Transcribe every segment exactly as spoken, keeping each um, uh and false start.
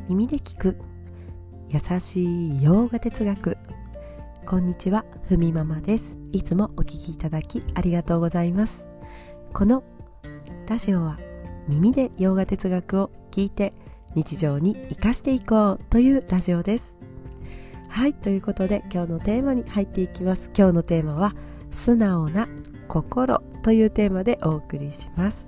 耳で聞く優しい洋画哲学。こんにちは、ふみママです。いつもお聞きいただきありがとうございます。このラジオは耳で洋画哲学を聞いて日常に生かしていこうというラジオです。はい、ということで今日のテーマに入っていきます。今日のテーマは素直な心というテーマでお送りします。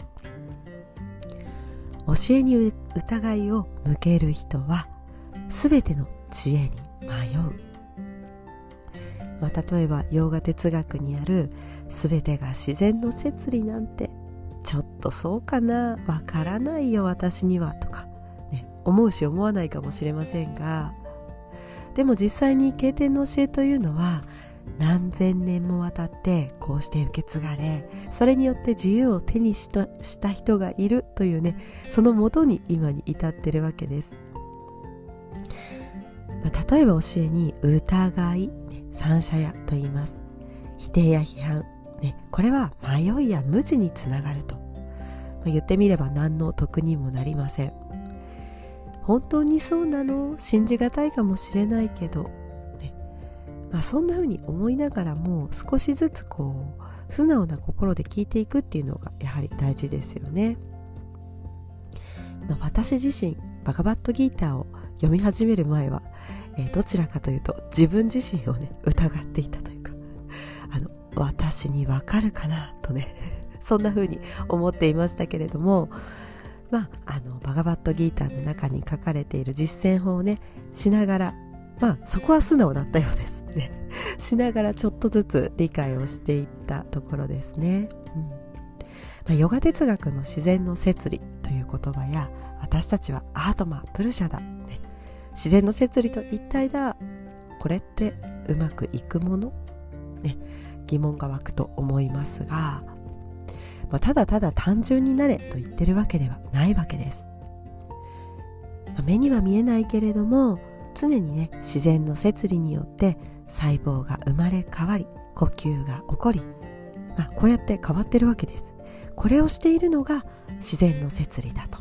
教えに疑いを向ける人はすべての知恵に迷う。まあ、例えば洋画哲学にあるすべてが自然の摂理なんてちょっとそうかな、わからないよ私にはとか、ね、思うし思わないかもしれませんが、でも実際に経典の教えというのは何千年もわたってこうして受け継がれ、それによって自由を手にしとした人がいるというね、そのもとに今に至ってるわけです。まあ、例えば教えに疑い、ね、三者やと言います。否定や批判、ね、これは迷いや無知につながると、まあ、言ってみれば何の得にもなりません。本当にそうなの？信じがたいかもしれないけど、ね、まあ、そんな風に思いながらも少しずつこう素直な心で聞いていくっていうのがやはり大事ですよね。まあ、私自身バガバットギーターを読み始める前は、えー、どちらかというと自分自身をね疑っていたというか、あの私にわかるかなとねそんな風に思っていましたけれども、まあ、あのバガバットギーターの中に書かれている実践法をねしながら、まあそこは素直だったようですねしながらちょっとずつ理解をしていったところですね。うんまあ、ヨガ哲学の自然の摂理という言葉や、私たちはアートマプルシャだ、ね、自然の摂理と一体だ、これってうまくいくもの、ね、疑問が湧くと思いますが、まあ、ただただ単純になれと言ってるわけではないわけです。まあ、目には見えないけれども常にね自然の摂理によって細胞が生まれ変わり呼吸が起こり、まあ、こうやって変わってるわけです。これをしているのが自然の摂理だと。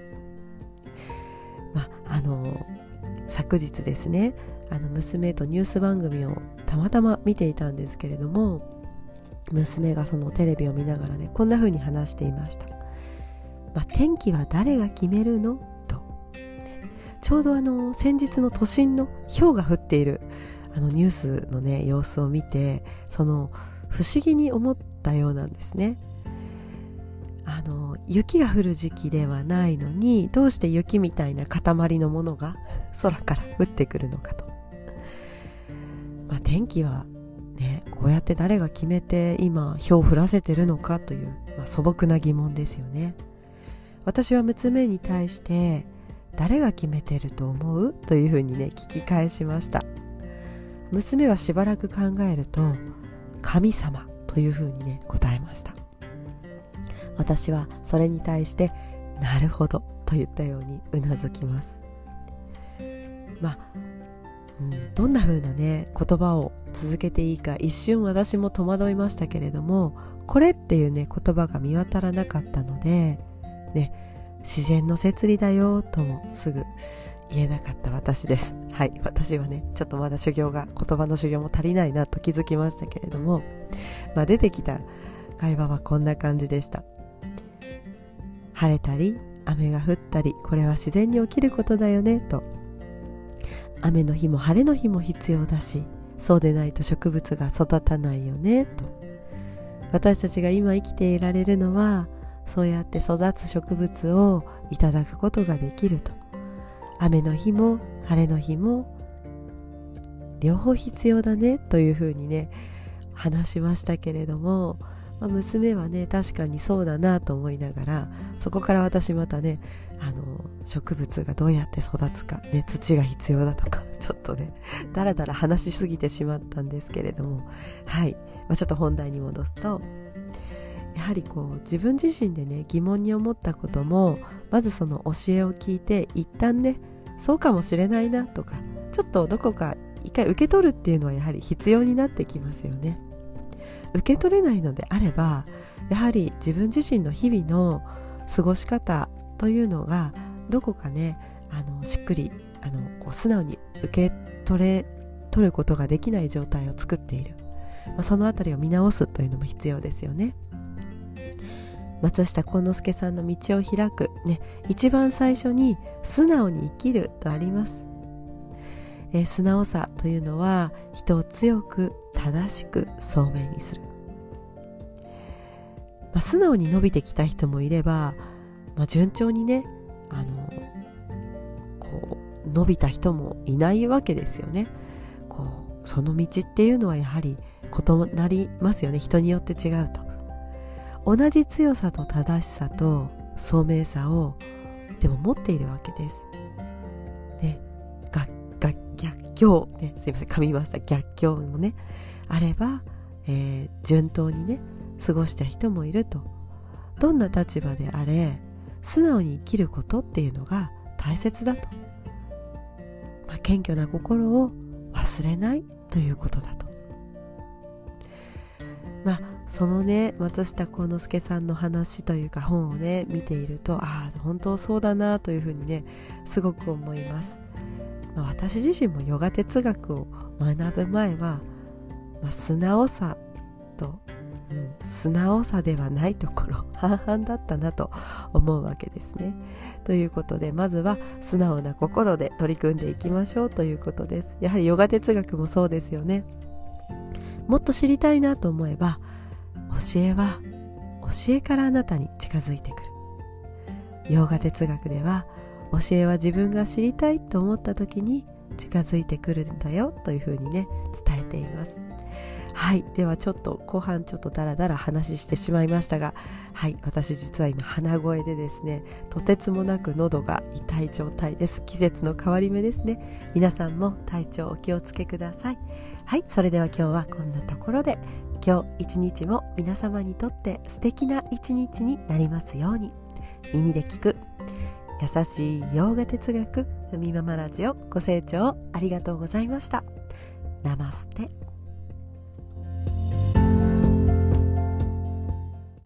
まあ、あの昨日ですね、あの娘とニュース番組をたまたま見ていたんですけれども、娘がそのテレビを見ながらねこんな風に話していました。まあ、天気は誰が決めるのと、ね、ちょうどあの先日の都心の氷が降っているあのニュースのね様子を見て、その不思議に思ったようなんですね。あの雪が降る時期ではないのにどうして雪みたいな塊のものが空から降ってくるのかと。まあ、天気はね、こうやって誰が決めて今氷を降らせてるのかという、まあ、素朴な疑問ですよね。私は娘に対して誰が決めてると思うというふうにね聞き返しました。娘はしばらく考えると神様というふうにね答えました。私はそれに対してなるほどと言ったようにうなずきます。まあうん、どんな風なね言葉を続けていいか一瞬私も戸惑いましたけれども、これっていうね言葉が見当たらなかったので、ね、自然の摂理だよともすぐ言えなかった私です。はい、私はねちょっとまだ修行が言葉の修行も足りないなと気づきましたけれども、まあ、出てきた会話はこんな感じでした。晴れたり雨が降ったり、これは自然に起きることだよねと。雨の日も晴れの日も必要だし、そうでないと植物が育たないよねと。私たちが今生きていられるのはそうやって育つ植物をいただくことができると。雨の日も晴れの日も両方必要だねというふうにね話しましたけれども、まあ、娘はね確かにそうだなと思いながら、そこから私またねあの植物がどうやって育つか、ね、土が必要だとかちょっとねだらだら話しすぎてしまったんですけれども、はい、まあ、ちょっと本題に戻すと、やはりこう自分自身でね疑問に思ったこともまずその教えを聞いて一旦ねそうかもしれないなとか、ちょっとどこか一回受け取るっていうのはやはり必要になってきますよね。受け取れないのであればやはり自分自身の日々の過ごし方というのがどこかねああのしっくりあのこう素直に受け取れ取ることができない状態を作っている、まあ、そのあたりを見直すというのも必要ですよね。松下幸之助さんの道を開く、ね、一番最初に素直に生きるとあります。えー、素直さというのは人を強く正しく聡明にする、まあ、素直に伸びてきた人もいれば、まあ、順調にねあのこう伸びた人もいないわけですよね。こうその道っていうのはやはり異なりますよね。人によって違うと。同じ強さと正しさと聡明さをでも持っているわけです。ね、がが逆境、ね、すいません噛みました。逆境もねあれば、えー、順当にね過ごした人もいると。どんな立場であれ素直に生きることっていうのが大切だと、まあ、謙虚な心を忘れないということだと。まあそのね松下幸之助さんの話というか本をね見ていると、ああ本当そうだなというふうにねすごく思います。まあ、私自身もヨガ哲学を学ぶ前は、まあ、素直さと、うん、素直さではないところ半々だったなと思うわけですね。ということでまずは素直な心で取り組んでいきましょうということです。やはりヨガ哲学もそうですよね。もっと知りたいなと思えば教えは教えからあなたに近づいてくる。ヨガ哲学では教えは自分が知りたいと思った時に近づいてくるんだよというふうにね伝えています。はい、ではちょっと後半ちょっとダラダラ話してしまいましたが、はい、私実は今鼻声でですねとてつもなく喉が痛い状態です。季節の変わり目ですね。皆さんも体調お気をつけください。はい、それでは今日はこんなところで、今日一日も皆様にとって素敵な一日になりますように。耳で聞く優しいヨガ哲学ふみママラジオご清聴ありがとうございました。ナマステ。